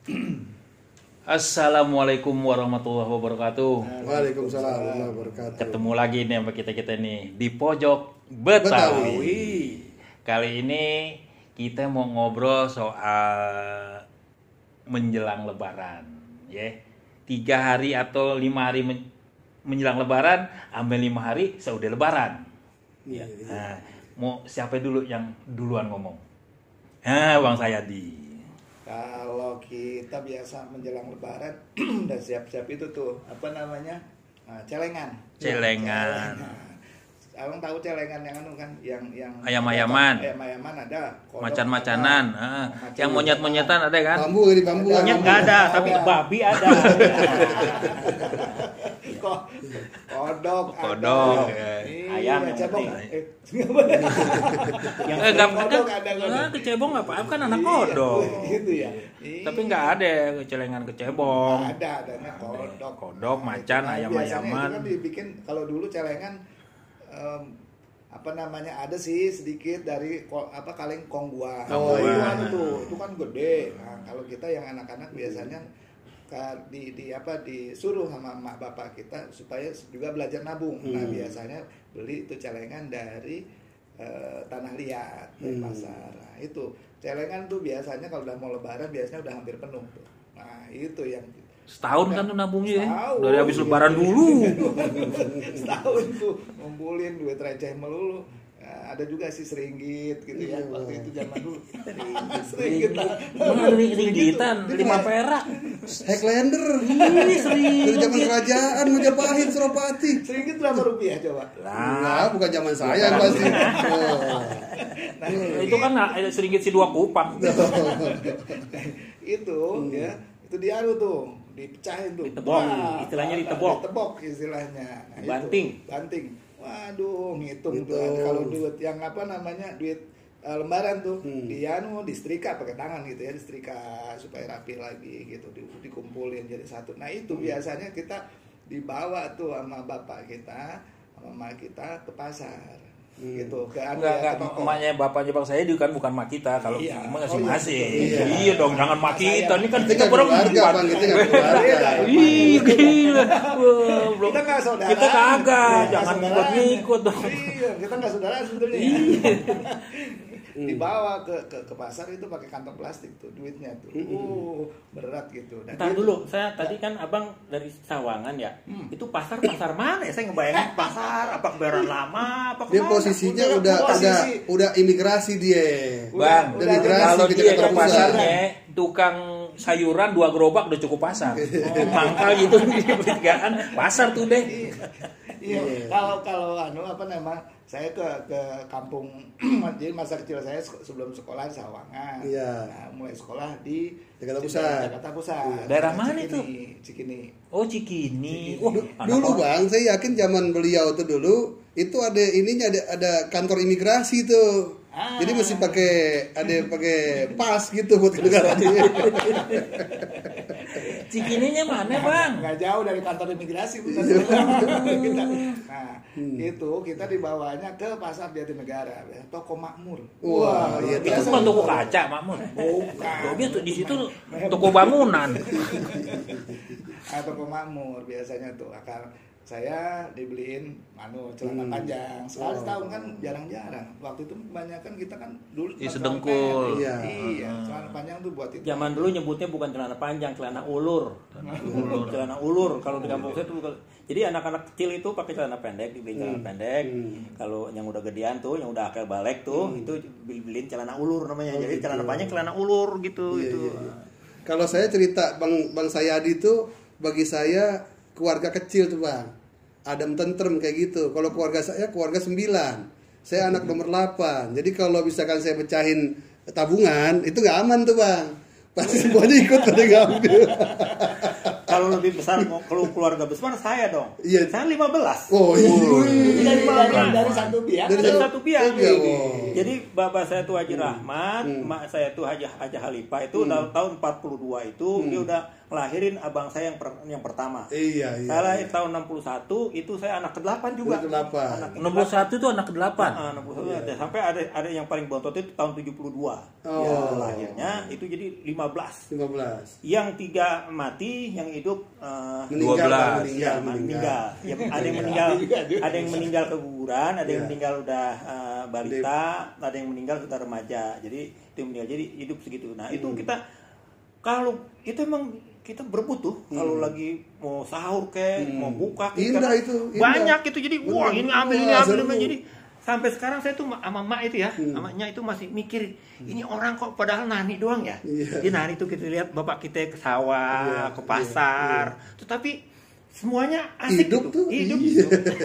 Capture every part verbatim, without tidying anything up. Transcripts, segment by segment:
Assalamualaikum warahmatullahi wabarakatuh. Waalaikumsalam warahmatullahi wabarakatuh. Ketemu lagi nih sama kita-kita nih di Pojok Betawi. Betawi. Kali ini kita mau ngobrol soal menjelang Lebaran, ya. Tiga hari atau lima hari men- menjelang Lebaran, ambil lima hari seudah Lebaran. Iya. Nah, mau siapa dulu yang duluan ngomong? Nah, Bang Sayadi. Kalau kita biasa menjelang Lebaran udah siap-siap itu tuh apa namanya nah, celengan. Celengan. Abang tahu celengan yang anu kan, yang yang Ayam-ayaman. Ayam-ayaman ada. Kodok Macan-macanan. ada, Ah, macan yang monyet-monyetan ada kan? Bambu di bambu. Ada. Monyet nggak ada, tapi babi ada. Kok kodok, Kodok, ada. ya. Iya, Ayam yang cebong. penting. Eh, Yang eh, nggak kodok kan, ada, ah, kodok. kecebong nggak apa-apa kan anak Iya, kodok. gitu ya. Iya. Tapi nggak ada celengan kecebong. Ada, adanya kodok. Kodok, macan, Nah, ayam-ayaman. biasanya itu kan dibikin kalau dulu celengan em, apa namanya ada sih sedikit dari ko- apa kaleng kong buah. Oh, itu iya. kan itu, itu kan gede. Nah, kalau kita yang anak-anak biasanya ka- di, di apa disuruh sama emak bapak kita supaya juga belajar nabung. Nah, Hmm. biasanya beli itu celengan dari eh, tanah liat dari Hmm. pasar. Nah, itu celengan tuh biasanya kalau udah mau lebaran biasanya udah hampir penuh tuh. Nah, itu yang Setahun kan tuh nabungnya ya. Setahun. Dari habis Lebaran dulu. setahun tuh ngumpulin duit receh melulu. Nah, ada juga sih seringgit gitu ya Iya. waktu itu zaman dulu. Seringgit lah. Mana ringgitan, lima perak. Highlander. Ini sering. Dari zaman kerajaan Majapahit Suropati. Seringgit berapa rupiah coba? Nah, bukan zaman saya pasti. Oh. Nah, Itu kan ada seringgit si dua kupang. itu ya, itu dia tuh dipecahin tuh. Ditebok, Wah, istilahnya nah, ditebok. Ditebok istilahnya. Nah, itu, Banting. banting. Waduh, ngitung tuh Gitu. kalau duit yang apa namanya duit uh, lembaran tuh Hmm. di anu disetrika pakai tangan gitu ya, disetrika supaya rapi lagi gitu, di, dikumpulin jadi satu. Nah, itu Hmm. biasanya kita dibawa tuh sama bapak kita, sama emak kita ke pasar. Hmm. Gitu, ke anu Enggak, ya, enggak, ke toko. emaknya bapaknya Bang saya juga kan bukan mak kita. Kalau Iya. emang Oh, masing-masing. iya, betul. Iya dong, jangan mak kita. Ini kan Kita kita nggak keluarga, berempat. Bang. Kita nggak keluarga. Ih, gila. Wah, belum. Kita nggak saudara. Kita kagak, Iya, jangan saudara. ikut-ikut dong. Iya, kita nggak saudara sebetulnya. Iya. Dibawa ke, ke ke pasar itu pakai kantong plastik tuh duitnya tuh. Uh, berat gitu. Dan Ntar itu- dulu, saya tadi kan abang dari Sawangan ya. Hmm. Itu pasar pasar mana ya? Saya ngebayangin pasar apa kebayoran lama apa Dia kemana? posisinya Udah, udah posisi. udah udah imigrasi dia. Bang, Udah, Dari udah, gerasi kalau ke dia Jakarta ke Pusat. pasarnya tukang sayuran dua gerobak udah cukup pasar. Oh, mangkal gitu di pertigaan pasar tuh deh. Iya, kalau kalau anu apa nama saya ke ke kampung jadi masa kecil saya se- sebelum sekolah di Sawangan. Iya. Nah, mulai sekolah di Jakarta Pusat. Jakarta Pusat. Daerah mana itu? Cikini, Cikini. Oh, Cikini. Wah, anak Dulu orang- Bang, saya yakin zaman beliau tuh dulu itu ada ininya ada ada kantor imigrasi tuh. Ah. Jadi mesti pakai ada pakai pas gitu buat ke negaranya. Cikininya mana, Bang? Nggak jauh dari kantor imigrasi bener. Iya. Kita, nah itu kita dibawanya ke pasar Jatinegara ya, toko makmur. Wah, iya, Itu biasa bukan toko tuh. kaca, Makmur. Bukan. Dia tuh di situ toko bangunan. Ah, toko makmur biasanya tuh akar saya dibeliin anu celana Hmm. panjang sekali Oh. setahun kan jarang-jarang. Waktu itu kebanyakan kita kan dulu Ih, cuma sedengkul. celana pendek. Iya. Iya, celana panjang tuh buat itu. Zaman dulu nyebutnya bukan celana panjang, celana ulur. Ulur. Celana ulur kalau di kampung saya tuh. Jadi anak-anak kecil itu pakai celana pendek, dibeli celana Hmm. pendek. Hmm. Kalau yang udah gedean tuh, yang udah akil balik tuh, itu beliin celana ulur namanya. Oh, Jadi gitu. celana panjang, celana ulur gitu Iya, itu. iya, iya. Kalau saya cerita Bang Bang Sayadi itu bagi saya keluarga kecil tuh Bang. Adem tentrem kayak gitu. Kalau keluarga saya keluarga sembilan. Saya anak nomor delapan. Jadi kalau misalkan saya pecahin tabungan itu nggak aman tuh Bang. Pasti semuanya ikut pada ngambil. Kalau lebih besar kalau keluarga besar saya dong. Iya. Saya lima belas. Oh iya. Jadi dari, dari, Nah. dari satu pihak. Dari Dari satu- satu pihak. oh, iya, oh. Jadi bapak saya tuh Haji Rahmat, Hmm. mak saya tuh Haji Haji Halifah itu udah tahun empat puluh dua itu Hmm. dia udah ngelahirin abang saya yang per, yang pertama. Iya, iya. Saya lahir tahun enam puluh satu, itu saya anak kedelapan juga. Anak kedelapan. Anak enam puluh satu itu anak kedelapan. Nah, enam puluh satu ada sampai ada ada yang paling bontot itu tahun tujuh puluh dua. Oh. Ya, lahirnya itu jadi lima belas. lima belas. Yang tiga mati, yang hidup uh, Meninggal, dua belas. meninggal, ya, meninggal. meninggal. Ya, ada yang meninggal, ada yang meninggal keguguran, ada yang Iya. meninggal udah uh, balita, ada yang meninggal sudah remaja. Jadi itu yang meninggal, jadi hidup segitu. Nah, itu kita kalau itu emang kita berebut tuh kalau lagi mau sahur kayak mau buka kayak, Indah karena itu, indah. banyak itu jadi wah Bener. ini ambil ini Wah, ambil seru. ini. Jadi sampai sekarang saya tuh sama mak itu ya, sama nya itu masih mikir ini orang kok padahal nani doang ya. Iya. Jadi nani itu kita lihat bapak kita ke sawah, Iya, ke pasar, tetapi semuanya asik Hidup gitu. tuh, hidup iya. gitu.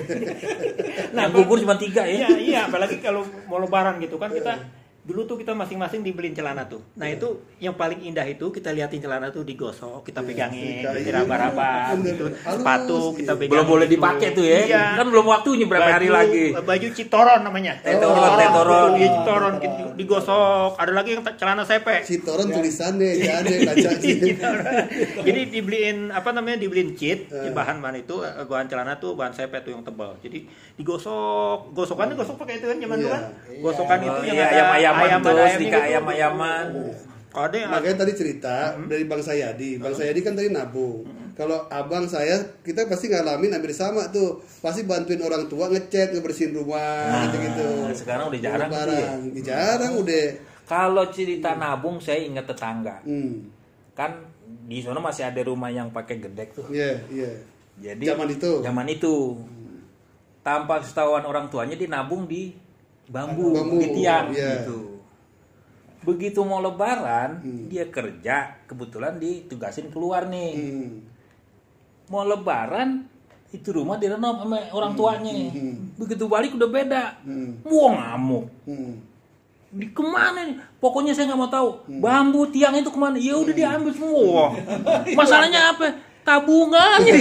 Nah, bubur cuma tiga ya. Iya, iya, apalagi kalau mau lebaran gitu kan kita dulu tuh kita masing-masing dibeliin celana tuh. Nah, itu yang paling indah itu kita liatin celana tuh digosok, kita pegangin, Iya, kita iya. raba-raba Bener. gitu. Halus, Sepatu iya. kita pegangin. Belum boleh gitu. dipakai tuh ya. Iya. Kan belum waktunya berapa hari Baju- lagi. Baju citoron namanya. Tetoron, tetoron. Iya, citoron gitu, digosok. Ada lagi yang t- celana sepe. Sitoran tulisannya nggak ada yang baca sih. Jadi dibeliin apa namanya dibeliin cheat Eh. bahan bahan itu eh, bahan celana tuh bahan sepet tuh yang tebal. Jadi digosok, gosokannya gosok pakai itu kan zaman dulu kan. Iya. Gosokan Oh, itu yang iya, ada ayam-ayaman ayam tuh, ada ayamnya sedikit gitu. ayam-ayaman. Kalau ada yang Makanya tadi cerita dari Bang Sayadi. Bang Sayadi kan tadi nabung. Kalau abang saya, kita pasti ngalamin hampir sama tuh. Pasti bantuin orang tua ngecat, ngebersihin rumah, gitu-gitu. sekarang udah jarang gitu ya? Lebaran. Jarang udah. Kalau cerita nabung saya ingat tetangga. Hmm. Kan di sana masih ada rumah yang pakai gedek tuh. Iya, iya. Jadi Zaman itu? Zaman itu. Tanpa ketahuan orang tuanya dia nabung di bambu, Bambu, di tiang iya. gitu. Begitu mau lebaran, Hmm. dia kerja, kebetulan ditugasin keluar nih. Hmm. Mau lebaran itu rumah direnov sama orang tuanya. Hmm. Begitu balik udah beda. Hmm. Wah, ngamuk. Hmm. Di kemana nih? Pokoknya saya nggak mau tahu. Bambu tiang itu kemana? Ya udah diambil semua. Masalahnya apa? Tabungannya.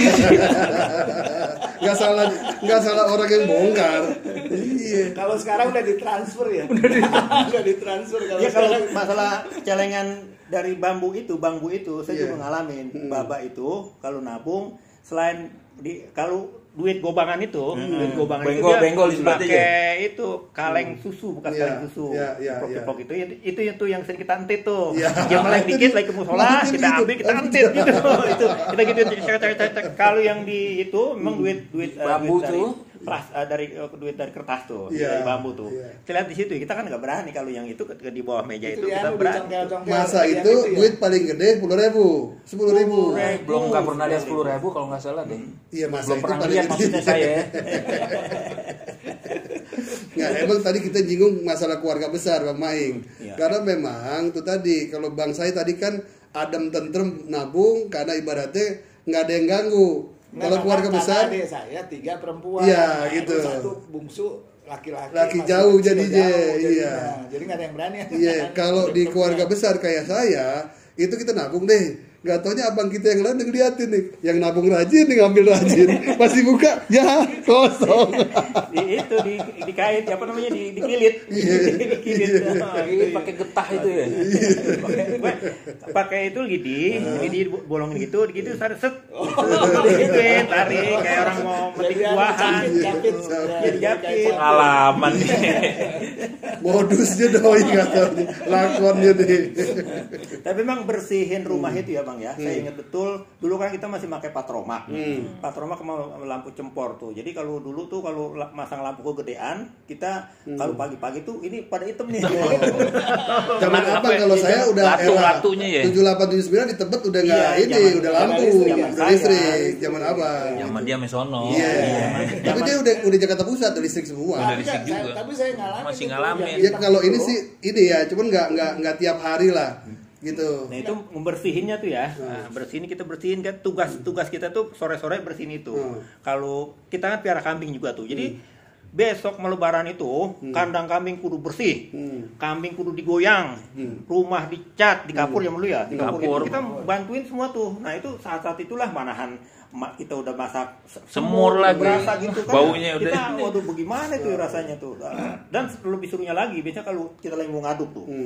Nggak salah, nggak salah orang yang bongkar. Iya. Kalau sekarang udah ditransfer ya. Udah ditransfer kalau ya kalau sekarang. masalah celengan dari bambu itu, bambu itu saya Iya. juga ngalamin. Hmm. Bapak itu kalau nabung selain di kalau duit gobangan itu, duit gobangan Benggol- itu dia benggol disebutnya pakai itu kaleng susu bekas Iya, kaleng susu. iya, iya, Ciplok-ciplok itu itu itu itu yang sering kita entit tuh. Iya. Dia melek Itu dikit di- lagi ke musola, lanjutin kita gitu. ambil kita entit gitu. Itu kita gitu cek cek cek cek. Kalau yang di itu memang duit duit eh, Bambu duit dari tuh? plas, eh, dari eh, duit dari kertas tuh, Iya, dari bambu tuh. iya. Kita lihat di situ, kita kan nggak berani kalau yang itu ketika di bawah meja itu, Itu kita ya, berani. dicongkel-congkel Masa yang itu ya. duit paling gede sepuluh ribu, sepuluh ribu. Belum nggak pernah lihat sepuluh ribu kalau nggak salah deh. Iya, masa Belum itu pernah paling lihat gede. maksudnya saya. Nggak, emang tadi kita jinggung masalah keluarga besar Bang Maing. Iya. Karena memang tuh tadi kalau Bang saya tadi kan adem tentrem nabung karena ibaratnya nggak ada yang ganggu. Nah, Kalau keluarga karena besar adik saya tiga perempuan. Iya, Nah, gitu. terus satu bungsu laki-laki. Laki masih jauh kecil, jadinya, jauh jadinya. iya. Jadi nggak ada yang berani. iya, kalau di keluarga besar kayak saya itu kita nabung deh. Gak taunya abang kita yang lain ngeliatin nih, yang nabung rajin nih ngambil rajin, pasti buka ya kosong. Di, itu di dikait apa namanya di dikilit. Iya. Dikilit. Nah, Ini pakai getah itu ya. Pakai- pakai itu lidi, lidi bolongin gitu, gitu set set. Digituin, tarik kayak orang mau metik Jadi ada buahan. capit-capit. Gitu. Jadi japit. Pengalaman nih. Modusnya doi nggak tahu nih, lakonnya deh. Tapi memang bersihin rumah itu ya bang ya. Saya ingat betul. Dulu kan kita masih pakai patroma. Patroma sama lampu cempor tuh. Jadi kalau dulu tuh kalau la- masang lampu kegedean, kita kalau pagi-pagi tuh ini pada hitam nih. Zaman apa kalau saya udah Latu-latunya ya? tujuh delapan tujuh sembilan di Tebet udah nggak Iya, ini, zaman- udah zaman lampu, listrik, udah zaman listrik, saya. zaman apa? Zaman dia mesono. Iya. Tapi dia udah udah Jakarta Pusat udah listrik semua. Udah Tapi listrik kan saya- juga. Tapi saya ngalamin. Masih itu. ngalamin. Yang Ya hitam kalau ini itu, sih ini ya, cuman nggak nggak nggak tiap hari lah, gitu. Nah itu membersihinnya tuh ya, nah, bersihin kita bersihin kan tugas-tugas kita tuh sore-sore bersihin itu. Hmm. Kalau kita kan piara kambing juga tuh, jadi besok mau lebaran itu kandang kambing kudu bersih, Hmm. kambing kudu digoyang, rumah dicat, di kapur ya dulu ya, di kapur, Kapur. itu kita bantuin semua tuh. Nah itu saat-saat itulah manahan emak kita udah masak se- Semur lagi. berasa gitu kan. Baunya udah kita, ini. waduh bagaimana tuh rasanya tuh. Dan lebih serunya lagi, biasanya kalau kita lagi mau ngaduk tuh. Hmm.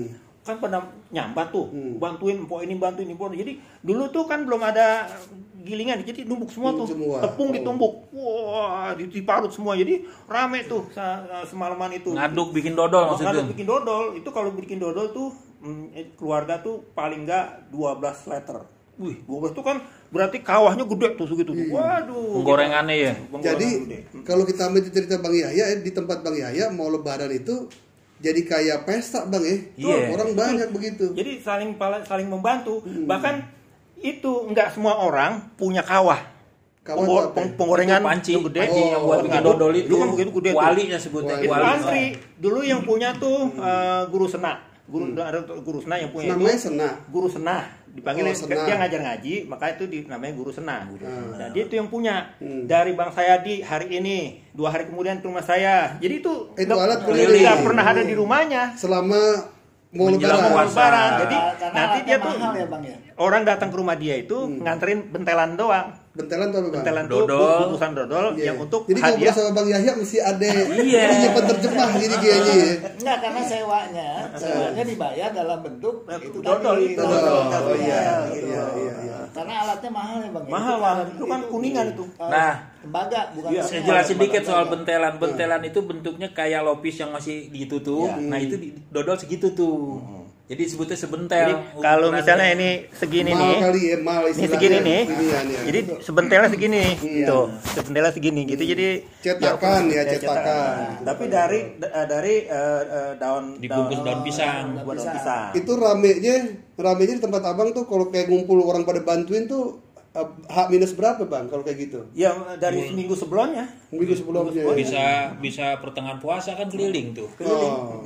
kan pada nyambat tuh, Hmm. bantuin empok ini, bantuin empok ini. Jadi dulu tuh kan belum ada gilingan, jadi numbuk semua Numbuk tuh, semua. tepung Oh. ditumbuk, wah diparut semua, jadi rame tuh sa- semalaman itu. Ngaduk bikin dodol maksudnya. Ngaduk bikin dodol, itu kalau bikin dodol tuh mm, keluarga tuh paling nggak dua belas liter. Wih, dua belas tuh kan berarti kawahnya gede tuh segitu. tuh. Waduh. Penggorengannya ya. Penggorengan Jadi gede. kalau kita ambil cerita Bang Yahya eh, di tempat Bang Yahya mau lebaran itu jadi kayak pesta Bang ya. Iya. Orang banyak begitu. Jadi saling pala- saling membantu. Hmm. Bahkan itu nggak semua orang punya kawah. Kawah Penggo- itu apa? peng- penggorengan Itu panci, yang gede. panci yang buat Oh, bikin begitu. dodol itu. Dulu kan begitu gede tuh. Wali ya sebutnya. Wali. Itu Wali. antri. Dulu yang punya tuh eh, guru sena. Guru ada guru sena yang punya Namanya itu. Sena. Guru sena. Dipanggil Oh, Sena. dia ngajar ngaji, maka itu di, namanya guru sena. Hmm. Nah, dia itu yang punya. Hmm. Dari Bang Sayadi hari ini, dua hari kemudian ke rumah saya. Jadi itu Itu nggak- alat nggak keliling. pernah ada di rumahnya. Selama mau Menjelang lebaran. puasa. Lebaran. Jadi Karena nanti alatnya dia tuh mahal ya Bang ya. orang datang ke rumah dia itu nganterin bentelan doang. Bentelan tuh apa Bang? Bentelan tuh Dodol. bungkusan dodol Iya. yang untuk jadi ngobrol hadiah. sama Bang Yahya mesti ada Iya. punya penerjemah jadi kayaknya ya. Enggak, karena sewanya, sewanya dibayar dalam bentuk itu Dodol tadi. itu. Dodol. Dodol. Oh iya. Gitu. Iya iya iya. Karena alatnya mahal ya Bang. ya. Mahal, Itu Bang. alat- Itu kan kuningan itu. eh, Nah. tembaga bukan. Iya. Saya semua. jelasin dikit soal Tembaga. bentelan. Bentelan itu bentuknya kayak lopis yang masih gitu tuh. Iya. Nah itu di- dodol segitu tuh. Jadi sebutnya sebentel. Jadi kalau Ukurannya. misalnya ini segini Mal nih, kali ya, mal ini istilahnya. segini nih. Inian, ya. Jadi sebentelnya segini, Iya. tuh, sebentelnya segini gitu. Jadi Cetakan ya, ya, cetakan. Tapi dari da- dari eh, eh, daun Dibungkus daun pisang. daun pisang. Itu ramenya, ramenya di tempat Abang tuh kalau kayak ngumpul orang pada bantuin tuh eh, H minus berapa Bang kalau kayak gitu? Ya dari seminggu sebelumnya. Minggu sebelumnya. Bisa bisa pertengahan puasa kan keliling tuh. Oh.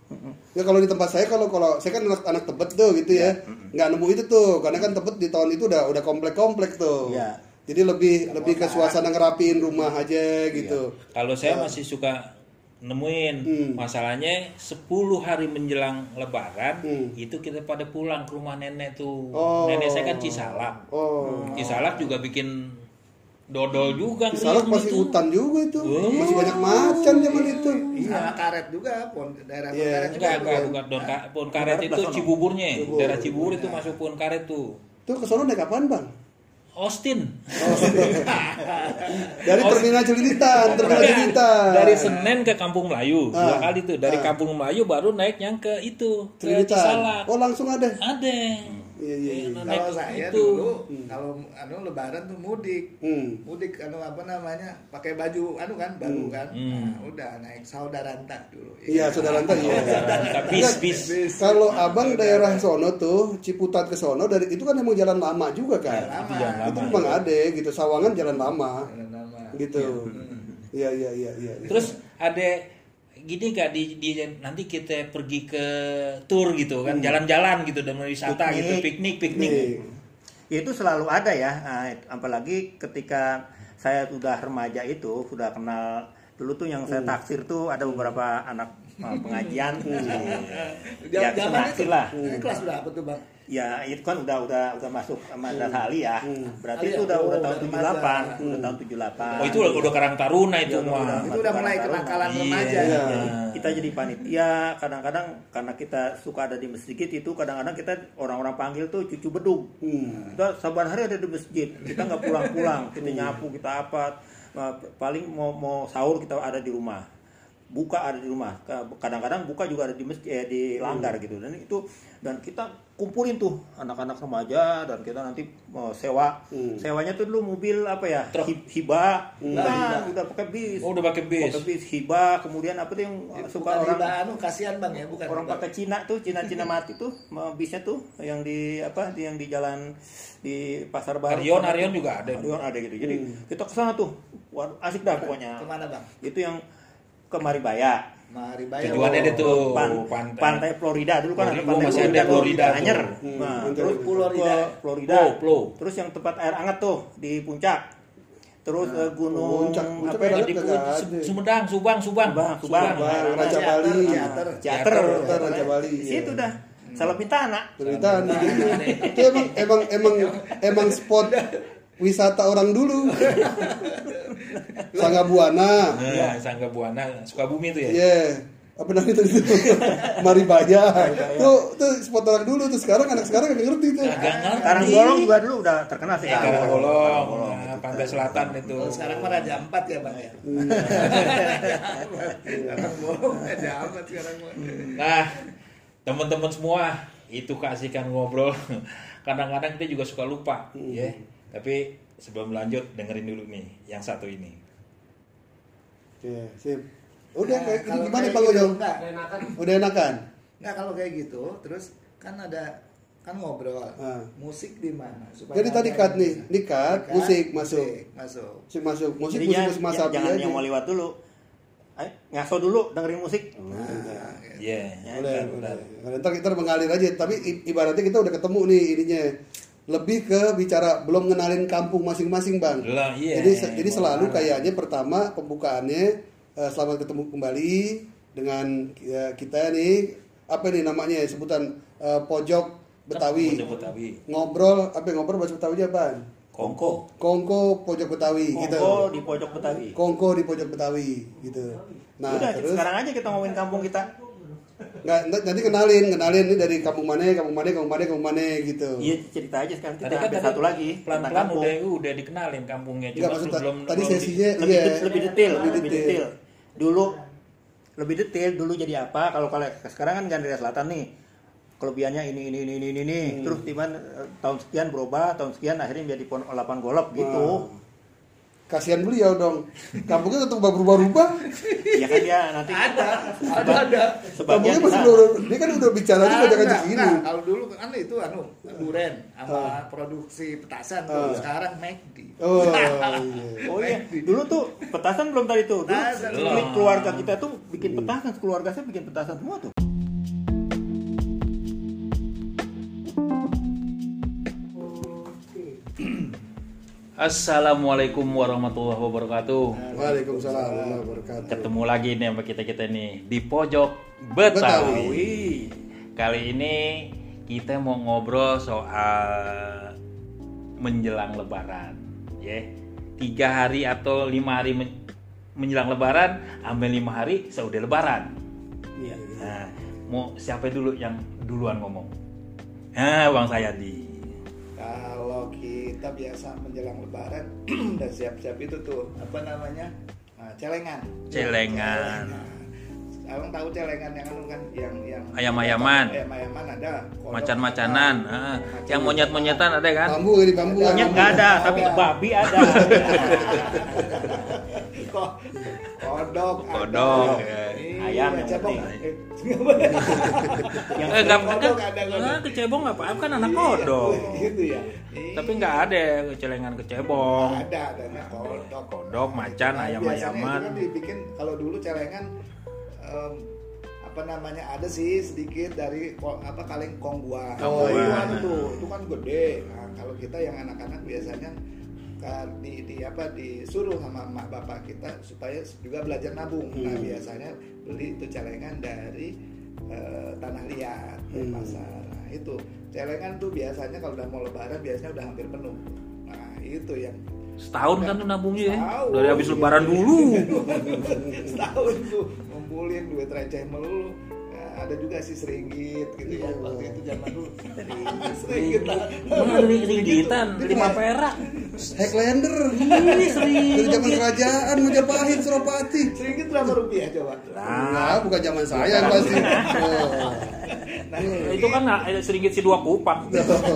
Ya kalau di tempat saya kalau kalau saya kan anak anak Tebet tuh gitu ya. Nggak nemu itu tuh karena kan Tebet di tahun itu udah udah komplek-komplek tuh. Iya. Jadi lebih lebih ke suasana ngerapiin rumah aja gitu. Kalau saya masih suka nemuin Hmm. masalahnya sepuluh hari menjelang lebaran Hmm. itu kita pada pulang ke rumah nenek tuh. Oh. Nenek saya kan Cisalak. Oh. Cisalak juga bikin dodol juga. Salak ngeliat masih gitu. hutan juga itu. Oh. Masih banyak macan zaman itu. Sama karet juga, pon daerah Iya. karet juga. Enggak, enggak, bukan Don Ka- Pohon Karet itu Cibuburnya. Cibubur. Daerah Cibubur itu masuk Pohon Karet tuh. Tuh ke sono naik apaan, Bang? Austin. Dari terminal Cililitan, terminal Cililitan. Dari Senen ke Kampung Melayu dua Ah. kali tuh. Dari Ah. Kampung Melayu baru naik yang ke itu ke Cililitan. Cisalak. Oh, langsung ada. Ada. Iya, iya, iya. Naik Kalau ke saya itu. dulu, kalau anu lebaran tuh mudik. Hmm. Mudik anu apa namanya? Pakai baju anu kan baru kan. Hmm. Nah, udah naik saudaranta dulu. Iya, saudara Anta, iya. bis bis. Kalau Abang daerah sono tuh, Ciputat ke sono dari itu kan emang jalan lama juga kan. Lama. Jalan Itu lama. memang ada gitu, Sawangan jalan lama. Jalan lama. Gitu. Iya, iya, iya, iya. Terus ada gini gak di, di nanti kita pergi ke tour gitu kan, jalan-jalan gitu dan wisata Piknik. gitu, piknik piknik. Nih. Itu selalu ada ya, nah, apalagi ketika saya sudah remaja itu sudah kenal dulu tuh yang saya taksir tuh ada beberapa anak uh, pengajian, ya bisa Zaman naksir itu lah. ini kelas berapa tuh, Bang? Ya itu kan udah udah udah masuk madrasah aliyah, berarti Aliyah. itu udah Oh, udah tahun udah tujuh puluh delapan, remaja. udah tahun tujuh puluh delapan. Oh itu udah Karang Taruna itu Iya, mah. udah. Itu udah mulai kenakalan Iya. remaja. Iya. Kita jadi panitia, kadang-kadang karena kita suka ada di masjid itu, kadang-kadang kita orang-orang panggil tuh cucu bedug. Hmm. Kita saban hari ada di masjid, kita nggak pulang-pulang, kita nyapu, kita apa, Nah, paling mau mau sahur kita ada di rumah, buka ada di rumah, kadang-kadang buka juga ada di masjid, eh, di langgar gitu, dan itu dan kita kumpulin tuh anak-anak remaja dan kita nanti mau sewa, Hmm. sewanya tuh dulu mobil apa ya, Truk. Hi- hibah, Hmm. nah, udah pakai bis. Oh udah pakai bis. Pakai bis hibah, kemudian apa tuh yang suka Bukan orang riba anu kasihan Bang ya, bukan. orang riba. pakai Cina tuh, Cina-Cina mati tuh, mau bisnya tuh yang di apa, di- yang di jalan di Pasar Baru. Arion, Arion juga ada. Arion ada gitu. Jadi kita kesana tuh, wah asik dah pokoknya. Kemana Bang? Itu yang ke Maribaya. Maribaya. Tujuannya dia tuh Pan- pantai. pantai. Florida dulu kan ada Florida, pantai masih ada Florida, Florida tuh. Anyer. Hmm, Nah, pantai terus Florida. ke Florida. Flow, flow. Terus yang tempat air hangat tuh di puncak. Terus eh, gunung Puncak, puncak apa air ya, hangat Di kagak ada. Su- Sumedang, Subang, Subang, Subang, Subang. Bang, Raja Bali. Teater. Teater. Teater Raja Bali. Di situ dah. Salapintana. Cerita itu emang emang emang emang spot wisata orang dulu. Sangga Buana. Nah, Sangga Buana, Sukabumi itu ya. Iya. apa namanya itu Maribaya. Tuh tuh spot orang dulu tuh, sekarang anak sekarang nggak ngerti tuh. Agak ngerti. Karangbolong juga dulu udah terkenal sih. Ya, Karangbolong, nah, Pantai Selatan itu. Oh, sekarang mah Raja Ampat ya bang ya. Karangbolong Raja Ampat sekarang mah. Nah, teman-teman semua, itu keasikan ngobrol. Kadang-kadang kita juga suka lupa, hmm. ya. Tapi sebelum lanjut, dengerin dulu nih yang satu ini. Oke, sip. Udah, Nah, kayak kalau gimana kayak Pak gitu, Gojo? enggak. Udah enakan? Nggak, kalau kayak gitu, terus kan ada kan ngobrol, Ah. musik di mana? Supaya Jadi tadi ada cut nih, musik. nih cut, Cut, musik masuk. musik masuk. Musik masuk, musik Jadi musik jangan, musik masa jangan, jangan aja. yang mau lewat dulu. Ayo, ngaso dulu dengerin musik. Nah, gitu. Iya, Boleh, bentar, boleh. bentar. Ntar kita mengalir aja, tapi i- ibaratnya kita udah ketemu nih ininya. Lebih ke bicara belum ngenalin kampung masing-masing, Bang. Lah, iya. Jadi se- jadi selalu kayaknya pertama pembukaannya eh, selamat ketemu kembali dengan ya, kita nih apa nih namanya ya, sebutan eh, pojok Betawi. Pojok Betawi. Ngobrol apa ngobrol bahasa Betawi apa? Kongko. Kongko pojok Betawi gitu. Kongko di pojok Betawi. Kongko di pojok Betawi gitu. Nah, Udah, terus sekarang aja kita ngomongin kampung kita. nggak ntar- nanti kenalin, kenalin nih dari kampung mana, kampung mana, kampung mana, kampung mana gitu. Iya, cerita aja sekarang kita Tadi kan ambil tadi satu lagi tentang pelan-pelan kampung. udah udah dikenalin kampungnya. Nggak, Cuma maksud ta- belum tadi belum di- sesinya lebih iya. de- lebih detail, Lebih lebih detail. detail. Dulu lebih detail dulu jadi apa? Kalau kalau sekarang kan Gandria Selatan nih. Kelebihannya ini ini ini ini ini. Hmm. Terus timan eh, tahun sekian berubah, tahun sekian akhirnya menjadi pon lapan golop gitu. Nah, kasihan beliau dong. Kampungnya tetap berubah-ubah. Ya kan dia nanti Ada, ada, ada. sebagian Kampungnya masih kita- udah, dia kan udah bicara juga Nah, udah ngajak enggak, sini. enggak. Kalau dulu kan itu anu duren sama produksi petasan tuh. Ah. Sekarang McD. Oh, iya. Oh iya, dulu tuh petasan belum tadi tuh. Dulu Petasan. klik keluarga kita tuh bikin petasan, keluarga saya bikin petasan semua tuh. Assalamualaikum warahmatullahi wabarakatuh. Waalaikumsalam warahmatullahi wabarakatuh. Ketemu lagi nih sama kita kita nih di pojok Betawi. Betawi. Kali ini kita mau ngobrol soal menjelang Lebaran, ya. Tiga hari atau lima hari men- menjelang Lebaran, ambil lima hari seudah Lebaran. Iya. Nah, mau siapa dulu yang duluan ngomong? Nah, Bang Sayadi. Kalau kita biasa menjelang Lebaran dan siap-siap itu tuh apa namanya Nah, celengan. Celengan. Abang tahu celengan yang anu kan yang yang Ayam-ayaman. Ayam-ayaman ada. kodok Macan-macanan, ada, ah, macan- yang monyet-monyetan ada kan? Bambu ini bambu. Ada. Monyet bambu. nggak ada, tapi Ada. babi ada. Kok kodok, ada. Kodok, ya. Iya, Ayam yang cebong. penting. Eh, Yang Eh, nggak kan? kodok ada, kodok. Nah, kecebong apa? Kan anak Iya, kodok. gitu ya. Tapi nggak ada celengan kecebong. Ada, ada kodok. Kodok, macan, Nah, ayam-ayaman. biasanya itu kan dibikin kalau dulu celengan em, apa namanya ada sih sedikit dari ko- apa kaleng kongguan. Oh, itu iya. kan tuh, itu kan gede. Nah, kalau kita yang anak-anak biasanya ka- di, di apa disuruh sama emak bapak kita supaya juga belajar nabung. Nah, Hmm. biasanya beli itu celengan dari eh, tanah liat dari Hmm. pasar. Nah, itu celengan tuh biasanya kalau udah mau lebaran biasanya udah hampir penuh. Nah, itu yang Setahun kan tuh nabungnya ya? Setahun. Dari habis Lebaran dulu. setahun tuh ngumpulin duit receh melulu. Nah, ada juga sih seringgit gitu ya waktu itu zaman dulu. Seringgit lah. Mana dari seringitan, lima perak. Highlander. Ini sering. Dari zaman kerajaan Majapahit Suropati. Seringgit berapa rupiah coba? Nah, bukan zaman saya yang pasti. Oh. Nah, Itu kan ada seringgit si dua kupak.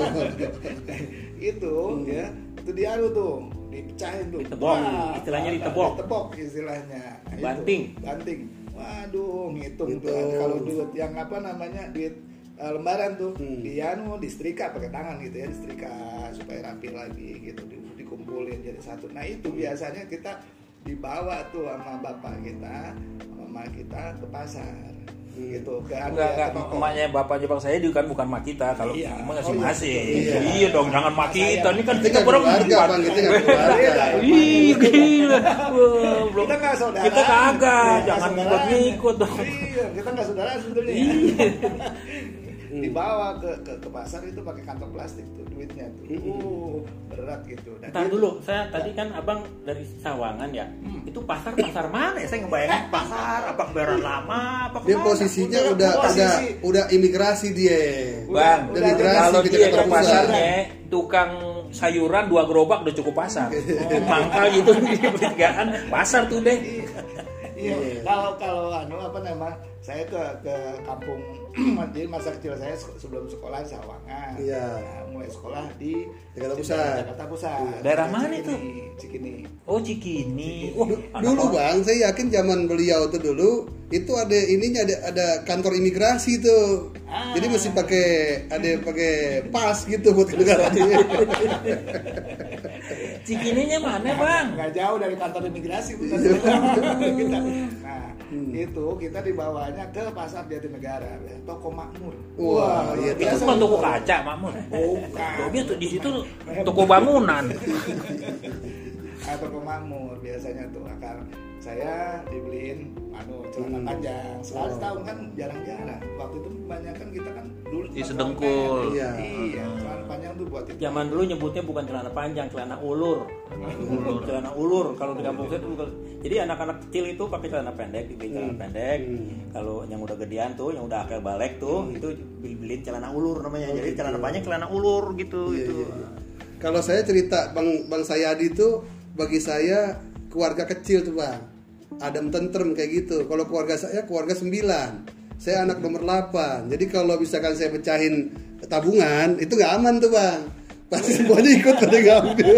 itu ya itu dia lu tuh dipecahin tuh. Ditebok, Wah, istilahnya ada- ditebok. ditebok istilahnya. Nah, itu, Banting. banting. Waduh, ngitung Gitu. tuh kalau duit yang apa namanya duit eh, lembaran tuh Hmm. dia anu disetrika pakai tangan gitu ya, disetrika supaya rapi lagi gitu, di- dikumpulin jadi satu. Nah, itu biasanya kita dibawa tuh sama bapak kita, sama mama kita ke pasar. Gitu ke anu Enggak, ya, enggak, ke toko. emaknya bapaknya Bang saya kan bukan mak kita. Kalau Iya. emang Oh, masing-masing. iya. Iya dong, jangan mak kita. Ini kan Kita kita nggak keluarga, berempat. Bang, kita nggak keluarga. Ih, gila. Wah, belum. Kita nggak saudara. Kita kagak, Nggak jangan saudara. ikut-ikut dong. Iya, kita nggak saudara sebetulnya. dibawa ke, ke ke pasar itu pakai kantong plastik tuh duitnya tuh. Uh, berat gitu. Dan Ntar itu- dulu, saya tadi kan abang dari Sawangan ya. Itu pasar pasar mana ya? Saya ngebayangin pasar apa kebayoran lama apa Dia kemana? posisinya Udah, udah posisi. udah udah imigrasi dia. Bang, Udah, udah migrasi kalau ke dia Jakarta ke Pusat. pasarnya tukang sayuran dua gerobak udah cukup pasar. Oh, mangkal gitu di pertigaan pasar tuh deh. Iya, kalau kalau anu apa nama saya ke ke kampung jadi masa kecil saya se- sebelum sekolah di Sawangan. Iya. Nah, mulai sekolah di Jakarta Pusat. Jakarta Pusat. Daerah mana itu? Cikini. Oh Cikini. Wah, anak Dulu orang- bang, saya yakin zaman beliau tuh dulu itu ada ininya ada ada kantor imigrasi tuh. Ah. Jadi mesti pakai ada pakai pas gitu buat negaranya. Cikininya mana bang? Nggak jauh dari kantor imigrasi bukan. kita. Nah, itu kita dibawanya ke pasar Jatinegara, ya, toko makmur. Wah, iya, Itu cuma toko kaca, Makmun. Bukan. Tapi tuh di situ toko bangunan. Nah, toko makmur biasanya tuh akan saya dibeliin anu celana panjang. Sekali setahun kan jarang-jarang. Waktu itu kebanyakan kita kan dulu Di cuma sedengkul. celana pendek. Iya. Iya, celana panjang tuh buat itu. Zaman dulu nyebutnya bukan celana panjang, celana ulur. Celana ulur kalau di kampung saya tuh bukan. Jadi anak-anak kecil itu pakai celana pendek, dibeli celana pendek. Kalau yang udah gedean tuh, yang udah akil balik tuh, itu dibeliin celana ulur namanya. Jadi celana panjang, celana ulur gitu Iya, itu. iya, iya. Kalau saya cerita Bang Bang Sayadi itu bagi saya keluarga kecil tuh bang, adem tentrem kayak gitu. Kalau keluarga saya keluarga sembilan, saya anak nomor delapan. Jadi kalau misalkan saya pecahin tabungan itu nggak aman tuh bang, pasti semuanya ikut pada ngambil.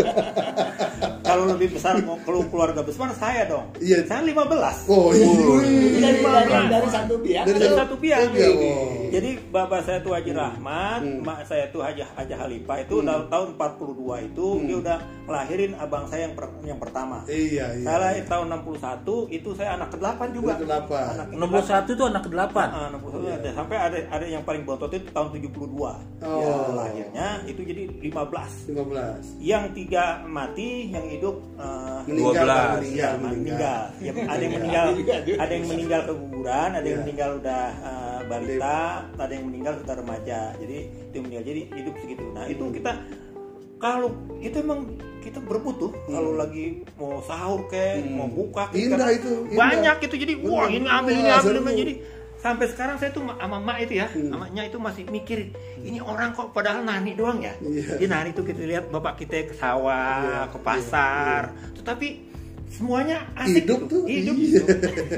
Kalau lebih besar kalau keluarga besar saya dong. Iya. Saya lima belas. Oh iya. dari, dari, dari satu biak. Dari Dari satu- satu pihak. Iya, oh. Jadi bapak saya tuh Haji Rahmat, mak saya tuh Haji Haji Halifah itu tahun tahun empat puluh dua itu dia udah ngelahirin abang saya yang per- yang pertama. Iya iya. Saya lahir tahun enam puluh satu, itu saya anak kedelapan juga. Anak kedelapan. Anak enam puluh satu itu anak kedelapan. Ah, enam puluh satu ada. Sampai ada ada yang paling bontot itu tahun tujuh puluh dua. Oh. Ya, lahirnya itu jadi lima belas. lima belas. Yang tiga mati, yang hidup eh, Meninggal, dua belas. meninggal, meninggal. meninggal. Ya, ada yang meninggal, ada yang meninggal keguguran, ada yang meninggal udah eh, balita, ada yang meninggal sudah remaja. Jadi itu yang meninggal. Jadi hidup segitu. Nah itu kita kalau itu emang kita berebut tuh kalau lagi mau sahur kayak mau buka kayak, Indah karena itu, indah. banyak itu jadi wah Bener. ini ambil ini Wah, ambil seru. ini jadi sampai sekarang saya tuh sama mak itu ya, mamanya itu masih mikir ini orang kok padahal nani doang ya. Iya. Di nani itu kita lihat bapak kita ke sawah, Iya, ke pasar, tetapi semuanya asik Hidup gitu. tuh, hidup iya. gitu.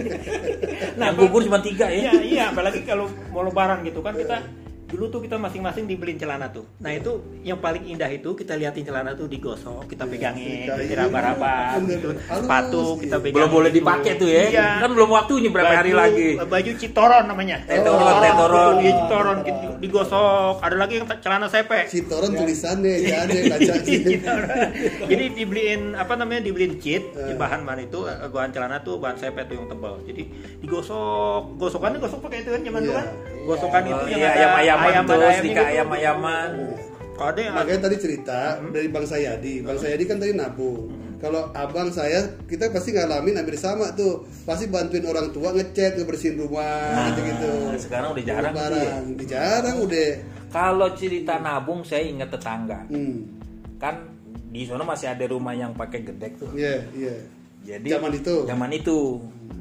Nah, bubur cuma tiga ya. Iya, iya, apalagi kalau mau lebaran gitu kan kita dulu tuh kita masing-masing dibeliin celana tuh. Nah itu yang paling indah itu kita lihatin celana tuh digosok, kita pegangin, Iya, kita raba-raba, bener. gitu. Halus, Sepatu kita iya. pegangin. Belum boleh gitu. dipakai tuh ya. Iya. Kan belum waktunya berapa hari Baju- lagi. Baju citoron namanya. Tetoron, tetoron. Iya citoron gitu, digosok. Ada lagi yang celana sepe. Sitoran tulisannya ya ada yang kaca Citoron. Jadi dibeliin apa namanya dibeliin cheat Eh. bahan bahan itu eh, bahan celana tuh bahan sepe tuh yang tebal. Jadi digosok, gosokannya gosok pakai itu kan zaman dulu Iya. kan. Gosokan itu Oh, yang iya, ada ayam-ayaman tuh, ayam-ayam setrika gitu. ayam-ayaman. Ada yang Makanya tadi cerita dari Bang Sayadi, Bang Sayadi kan tadi nabung. Kalau abang saya, kita pasti ngalamin hampir sama tuh. Pasti bantuin orang tua ngecat, ngebersihin rumah, gitu-gitu. sekarang udah jarang tuh ya. Lebaran. Di jarang udah. Kalau cerita nabung saya ingat tetangga. Hmm. Kan di sana masih ada rumah yang pakai gedek tuh. Iya, iya. Jadi Zaman itu? Zaman itu.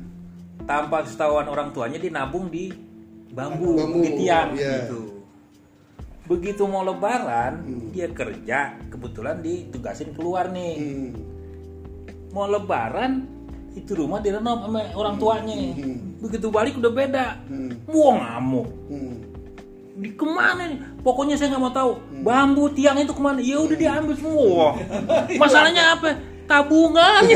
Tanpa ketahuan orang tuanya dia nabung di bambu, Bambu, di tiang iya. gitu. Begitu mau lebaran, dia kerja, kebetulan ditugasin keluar nih. Hmm. Mau lebaran itu rumah direnov sama orang tuanya. Begitu balik udah beda. Hmm. Wah ngamuk. Hmm. Di kemana nih? Pokoknya saya nggak mau tahu. Bambu tiang itu kemana? Ya udah diambil semua. Masalahnya apa? Tabungannya.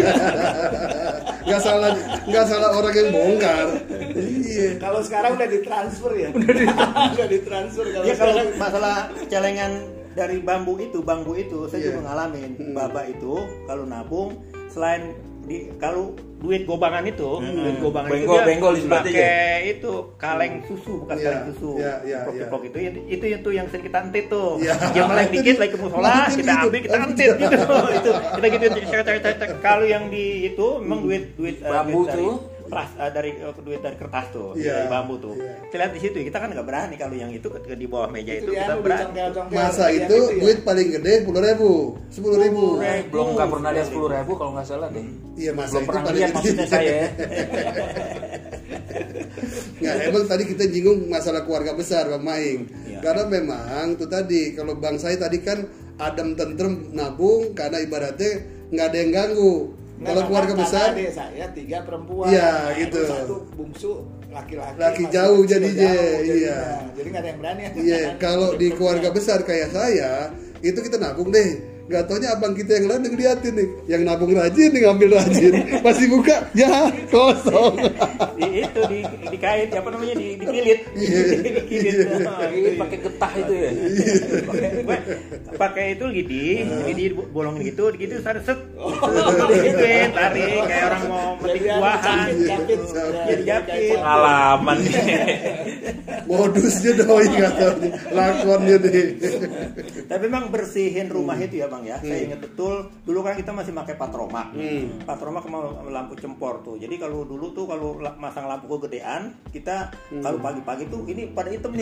Nggak salah, nggak salah orang yang bongkar. Iya. Kalau sekarang udah ditransfer ya. Udah ditransfer kalau ya kalau sekarang. masalah celengan dari bambu itu, bambu itu saya Iya. juga ngalamin. Hmm. Bapak itu kalau nabung selain di kalau duit gobangan itu, duit gobangan Benggol- itu dia benggol di sebelah pakai itu kaleng susu bukan Iya, kaleng susu. iya, iya, Proprok itu itu itu itu yang sering kita entit tuh. Iya. Dia melek dikit lagi ke musola, Lanjutin kita gitu. ambil kita entit gitu. Itu kita gitu cek cek cek cek. Kalau yang di itu memang duit duit eh, Bambu duit dari tuh? plas, uh, dari uh, duit dari kertas tuh, Iya. dari bambu tuh. Iya. Kita lihat di situ, kita kan nggak berani kalau yang itu ketika di bawah meja itu, Itu dia kita anu berani. dicongkel-congkel Masa yang itu ya? duit paling gede sepuluh ribu, sepuluh ribu. Belum nggak pernah lihat sepuluh ribu kalau nggak salah deh. Iya masa Belum itu pernah paling lihat gede. maksudnya saya. ya. Nggak, emang tadi kita jinggung masalah keluarga besar Bang Maing. Iya. Karena memang tuh tadi kalau bang saya tadi kan adem tentrem nabung karena ibaratnya nggak ada yang ganggu. Nah, Kalau keluarga karena besar, adik saya tiga perempuan. Iya, Nah, gitu. terus satu bungsu laki-laki. Laki masih jauh kecil, jadinya, jauh jadinya. iya. Jadi nggak ada yang berani. iya kalau di keluarga besar kayak saya itu kita nabung deh. Gak taunya abang kita yang lain ngeliatin nih, yang nabung rajin nih ngambil rajin, pasti buka ya kosong. Di, itu di dikait apa namanya di dikilit. Iya. Dikilit. Nah, Ini pakai getah itu ya. pakai gue pakai itu lidi, lidi bolongin gitu, gitu set set, digituin, tarik kayak orang mau metik buahan, Japit, jadi japit. Pengalaman nih. Modusnya doi nggak taunya, lakonnya deh. Tapi memang bersihin rumah itu ya bang ya. Saya ingat betul dulu kan kita masih pakai patroma. Hmm. Patroma sama lampu cempor tuh. Jadi kalau dulu tuh kalau la- masang lampu kegedean, kita kalau pagi-pagi tuh ini pada hitam nih.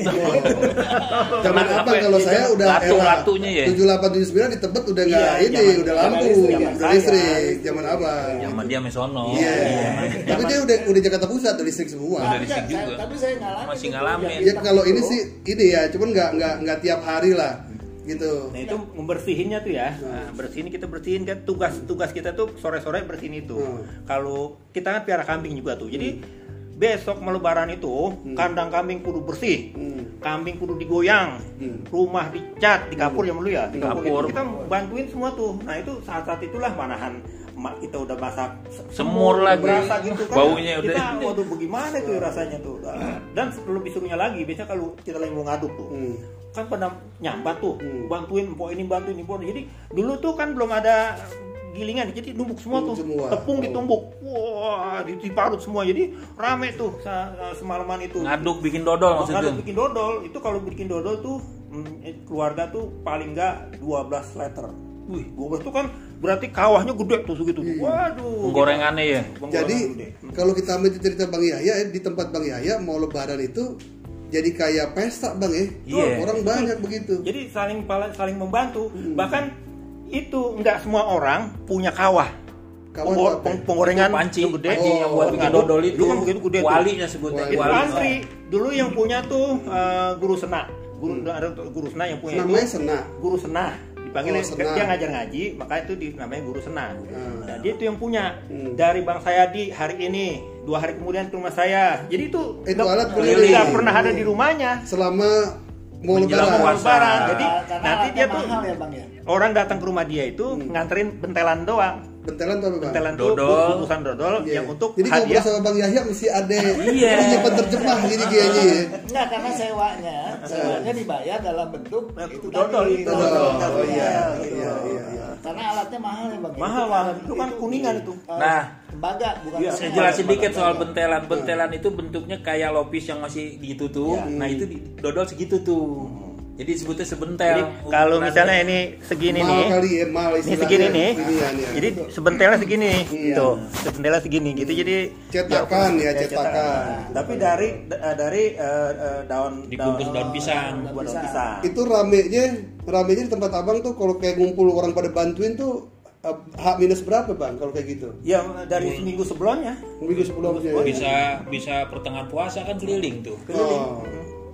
Zaman Apa abang ya? kalau saya udah Latu-latunya ya? tujuh delapan tujuh sembilan di Tebet udah nggak Iya, ini, zaman- udah zaman lampu, listrik, udah zaman saya. listrik, zaman abang. Zaman dia mesono. Iya. Tapi dia udah udah Jakarta Pusat udah listrik semua. Udah Tapi, listrik saya- juga. tapi saya ngalamin. Masih itu, ngalamin. yang Ya hitam kalau ini itu. sih ini ya, cuman nggak nggak nggak tiap hari lah gitu. Nah itu membersihinnya tuh ya, nah, bersihin kita bersihin kan tugas tugas kita tuh sore-sore bersihin itu. Hmm. Kalau kita kan piara kambing juga tuh, jadi besok mau lebaran itu kandang kambing kudu bersih, Hmm. kambing kudu digoyang, Hmm. rumah dicat, di kapur ya dulu ya, di kapur, Dapur. itu kita bantuin semua tuh. Nah itu saat-saat itulah manahan ma- kita udah masak se- Semur lagi. berasa gitu kan, Baunya udah. kita waduh bagaimana tuh rasanya tuh. Dan lebih serunya lagi biasanya kalau kita lagi mau ngaduk tuh. Hmm. Kan pada nyambat tuh, Hmm. bantuin po ini bantuin ini po. Jadi dulu tuh kan belum ada gilingan, jadi numbuk semua tuh, Semua. tepung ditumbuk, wah diparut semua, jadi rame tuh sa- sa- semalaman itu. Ngaduk bikin dodol Oh, maksudnya. ngaduk bikin dodol, itu kalau bikin dodol tuh mm, keluarga tuh paling nggak dua belas liter. Wih, dua belas tuh kan berarti kawahnya gede tuh segitu. tuh. Waduh. Gorengannya ya. Penggorengan Jadi gede. kalau kita ambil cerita Bang Yahya eh, di tempat Bang Yahya mau lebaran itu jadi kayak pesta Bang ya. Iya. Orang banyak begitu. Jadi saling pala- saling membantu. Bahkan itu nggak semua orang punya kawah. Kawah Penggor- apa? peng- penggorengan Panci, yang gede. panci yang buat Oh, bikin ngaduk. dodol itu. Dulu kan begitu gede tuh. Walinya sebutnya. Wali. Itu Wali. antri. Dulu yang punya tuh eh, guru sena. Guru ada guru sena yang punya Namanya itu. Sena. Guru sena. Dipanggil Oh, Sena. dia ngajar ngaji, maka itu di, namanya guru sena. Hmm. Nah, dia itu yang punya. Hmm. Dari Bang Sayadi hari ini, dua hari kemudian ke rumah saya. Jadi itu Itu nggak- alat nggak keliling. pernah ada di rumahnya. Selama mau Menjelang lebaran. puasa. Lebaran. Jadi Karena nanti alatnya dia tuh mahal ya bang ya. orang datang ke rumah dia itu nganterin bentelan doang. Bentelan tuh apa Bang? Bentelan tuh Dodol. bungkusan dodol Iya. yang untuk jadi ngobrol hadiah. sama Bang Yahya mesti ada Iya. punya penerjemah jadi kayaknya ya. Enggak, karena sewanya, sewanya dibayar dalam bentuk itu Dodol tadi. itu. Dodol. Dodol. Oh, iya. Gitu. Iya, iya, iya. Karena alatnya mahal ya bang. Mahal, Itu Bang. alat- Itu kan kuningan itu. eh, Nah. tembaga bukan. Iya, Saya tembaga. jelasin dikit soal bentelan. Bentelan itu bentuknya kayak lopis yang masih gitu tuh. Ya. Nah itu di, dodol segitu tuh. Jadi sebutnya sebentel. Jadi kalau Ukuran- misalnya ini segini Mal nih, kali ya, mal ini istilahnya. segini nih, Ginian, ya. jadi sebentelnya segini, Iya. tuh, sebentelnya segini gitu. Jadi Cetakan ya, ya, cetakan. Tapi dari eh, dari eh, eh, daun Dibungkus daun pisang. daun pisang. Itu ramenya, ramenya di tempat abang tuh kalau kayak ngumpul orang pada bantuin tuh eh, H minus berapa bang kalau kayak gitu? Ya dari seminggu sebelumnya. Minggu sebelumnya. Bisa bisa pertengahan puasa kan keliling tuh. Oh.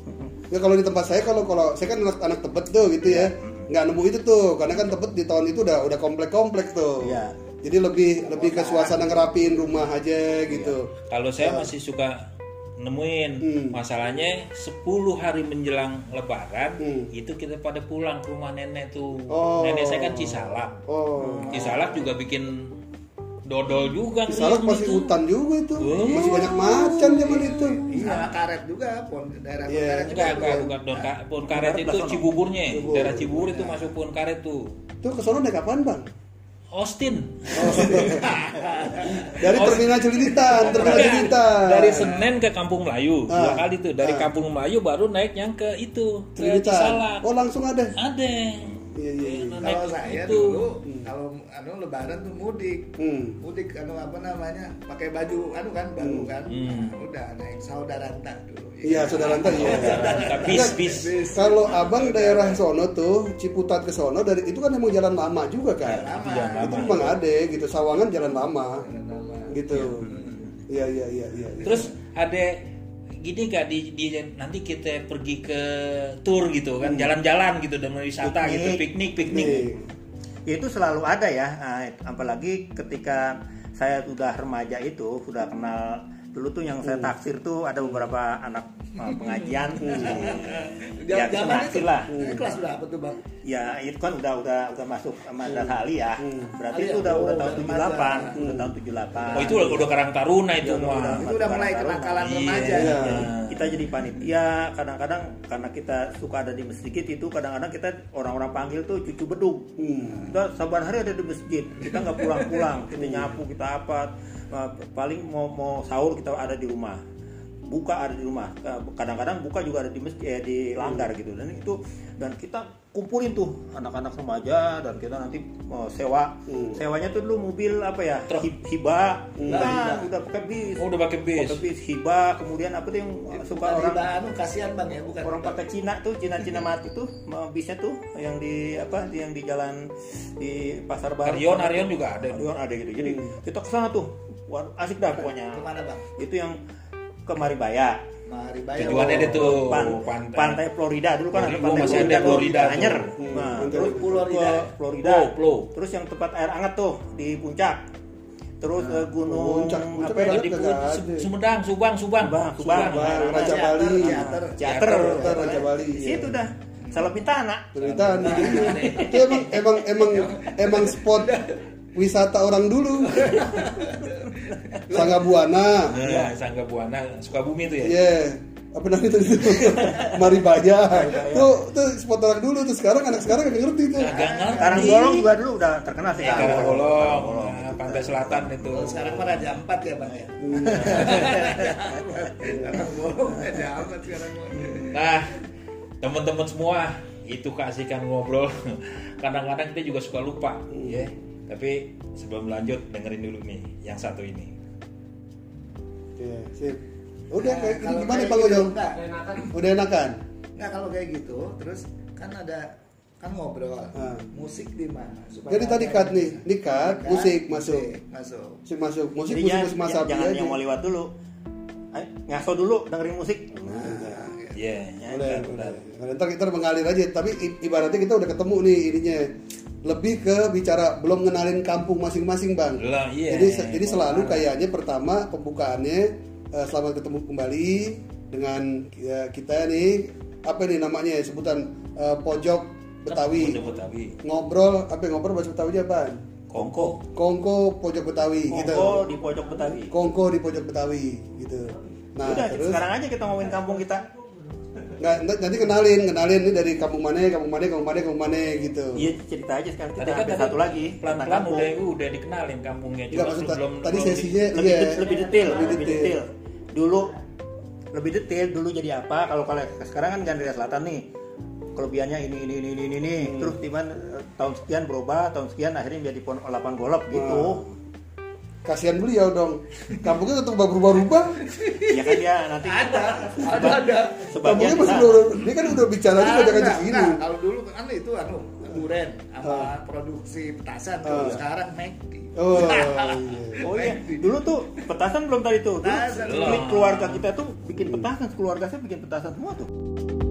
Ya kalau di tempat saya kalau kalau saya kan anak anak Tebet tuh gitu ya, nggak nemu itu tuh karena kan Tebet di tahun itu udah udah komplek-komplek tuh. Iya. Jadi lebih lebih ke suasana ngerapiin rumah aja gitu. Kalau saya masih suka nemuin Hmm. masalahnya sepuluh hari menjelang lebaran Hmm. itu kita pada pulang ke rumah nenek tuh. Oh. Nenek saya kan Cisalak. Oh. Cisalak juga bikin dodol juga. Salak keliling masih itu. hutan juga itu, Oh. masih banyak macan zaman itu. Iya, karet juga, pon daerah Iya. karet juga. Enggak, enggak, bukan Don Ka- Pohon Karet itu Cibuburnya. Cibubur. Daerah Cibubur itu masuk Pohon Karet tuh. Tuh ke sono naik kapan bang? Austin. Dari terminal Cililitan, terminal Cililitan. Dari Senen ke Kampung Melayu dua Ah. kali tuh. Dari Ah. Kampung Melayu baru naik yang ke itu ke Cililitan. Cisalak. Oh langsung ada. Ada. Iya iya. iya. Naik Kalau saya itu. dulu kalau anu lebaran tuh mudik. Hmm. Mudik anu apa namanya? Pakai baju anu kan baru kan. Hmm. Nah, udah naik saudaranta dulu. Iya, saudara ntar iya. Bis, bis. Kalau abang daerah sono tuh, Ciputat ke sono dari itu kan emang jalan lama juga kan. Lama. Jalan Itu lama. memang ada gitu, Sawangan jalan lama. Lama. Gitu. Iya iya iya iya. Terus ada gini gak di, di nanti kita pergi ke tour gitu kan, jalan-jalan gitu dan wisata Piknik. gitu, piknik, piknik. Nih. Ya, itu selalu ada ya. Nah, apalagi ketika saya sudah remaja itu sudah kenal dulu tuh yang saya taksir tuh ada beberapa anak uh, pengajian. Ya bisa Zaman naksir itu lah. Ini kelas berapa tuh, Bang? Ya itu kan udah udah udah masuk madrasah aliyah. Berarti Aliyah. itu udah udah Oh, tahun udah tujuh puluh delapan, remaja. udah tahun tujuh puluh delapan. Oh itu udah, udah Karang Taruna itu Iya, mah. udah. Itu udah mulai kenakalan Iya. remaja. Iya. Kita jadi panitia kadang-kadang karena kita suka ada di masjid itu kadang-kadang kita orang-orang panggil tuh cucu beduk. Hmm. Kita saban hari ada di masjid, kita nggak pulang-pulang, kita nyapu, kita apa, uh, paling mau mau sahur kita ada di rumah, buka ada di rumah, Uh, kadang-kadang buka juga ada di masjid, eh, di langgar gitu, dan itu dan kita kumpulin tuh anak-anak remaja dan kita nanti uh, sewa, Hmm. sewanya tuh dulu mobil apa ya, Truk. Hi- hibah, Hmm. nah, udah pakai bis, Oh udah pakai bis. pakai bis hibah, kemudian apa tuh yang suka Bukan orang riba anu kasihan Bang ya, bukan. orang pakai Cina tuh, Cina-Cina mati tuh, mau bisnya tuh yang di apa, yang di jalan di pasar baru. Arion, Arion juga ada. Arion ada gitu. Jadi kita kesana tuh, wah asik dah pokoknya. Kemana, Bang? Itu yang ke Maribaya, Mari bayar. Tujuannya ada tuh Pan- pantai. pantai Florida dulu kan ada Florida, pantai masih ada tuh, Florida tuh. Anyer. Hmm. Nah, Pantai terus Florida. ke Florida. Flow, flow. Terus yang tempat air hangat tuh di puncak. Terus eh, gunung Puncak, puncak apa ya? ada Di kagak ada. Sumedang, Subang, Subang, Subang, Subang. Bang, Raja Bali. Teater. Teater. Teater Raja Bali. Di situ dah. Salah Pintana. Cerita nih. Itu emang emang emang emang spot wisata orang dulu. Sangga Buana. Nah, Sangga Buana, Sukabumi itu ya. Iya. Apa namanya itu? Maribaya. Tuh, tuh spot orang dulu tuh, sekarang anak sekarang nggak ngerti tuh. Agak ngerti. Karangbolong juga dulu udah terkenal sih. Ya, Karangbolong, nah, Pantai Selatan itu. Oh, sekarang mah Raja Ampat ya, Bang ya. Sekarang bolong Raja Ampat sekarang. mah. Nah, teman-teman semua, itu keasikan ngobrol. Kadang-kadang kita juga suka lupa, ya. Tapi sebelum lanjut dengerin dulu nih yang satu ini. Oke, sip. Udah Nah, kayak gini kalau gimana kayak Bang gitu, Ojong? enggak. Udah enakan? Nggak, kalau kayak gitu, terus kan ada kan ngobrol, Ah. musik di mana? Supaya Jadi tadi ada- cut nih, ini cut, Cut, musik masuk. masuk. Musik masuk, musik Jadi musik jangan, musik masapi jangan aja. yang mau lewat dulu. Ayo, ngaso dulu dengerin musik. Iya. Boleh, boleh. Nah, ntar kita mengalir aja, tapi i- ibaratnya kita udah ketemu nih ininya. Lebih ke bicara belum ngenalin kampung masing-masing, Bang. Lah, iya. Jadi se- jadi selalu kayaknya pertama pembukaannya eh, selamat ketemu kembali dengan ya, kita nih apa nih namanya sebutan eh, pojok Betawi. Pojok Betawi. Ngobrol apa ngobrol bahasa Betawi apa? Kongko. Kongko pojok Betawi gitu. Kongko di pojok Betawi. Kongko di pojok Betawi gitu. Nah, Udah, terus sekarang aja kita ngomongin kampung kita. nggak nggak- nanti kenalin, kenalin nih dari kampung mana, kampung mana, kampung mana, kampung mana gitu. Iya, cerita aja sekarang kita Tadi kan ada tadi satu lagi pelan-pelan tentang kampung. udah udah dikenalin kampungnya. Nggak, Cuma maksud ta- belum tadi belum sesinya lebih, iya. det- lebih detail, Lebih lebih detail. detail. Dulu lebih detail dulu jadi apa? Kalau kalau sekarang kan Gandria Selatan nih. Kelebihannya ini ini ini ini ini. Hmm. Terus timan eh, tahun sekian berubah, tahun sekian akhirnya menjadi pon lapan golop gitu. Kasihan beliau dong. Kampungnya tetap berubah-ubah. Ya kan dia nanti Ada, ada, ada. sebagian Kampungnya masih kita- belum. Dia kan udah bicara juga Nah, jangan enggak, segini. enggak. Kalau dulu kan itu anu duren sama Ah. produksi petasan tuh. Ah. Sekarang McD. Oh, iya. Oh iya, dulu tuh petasan belum tadi tuh. Dulu Petasan klik keluarga kita tuh bikin petasan, keluarga saya bikin petasan semua tuh.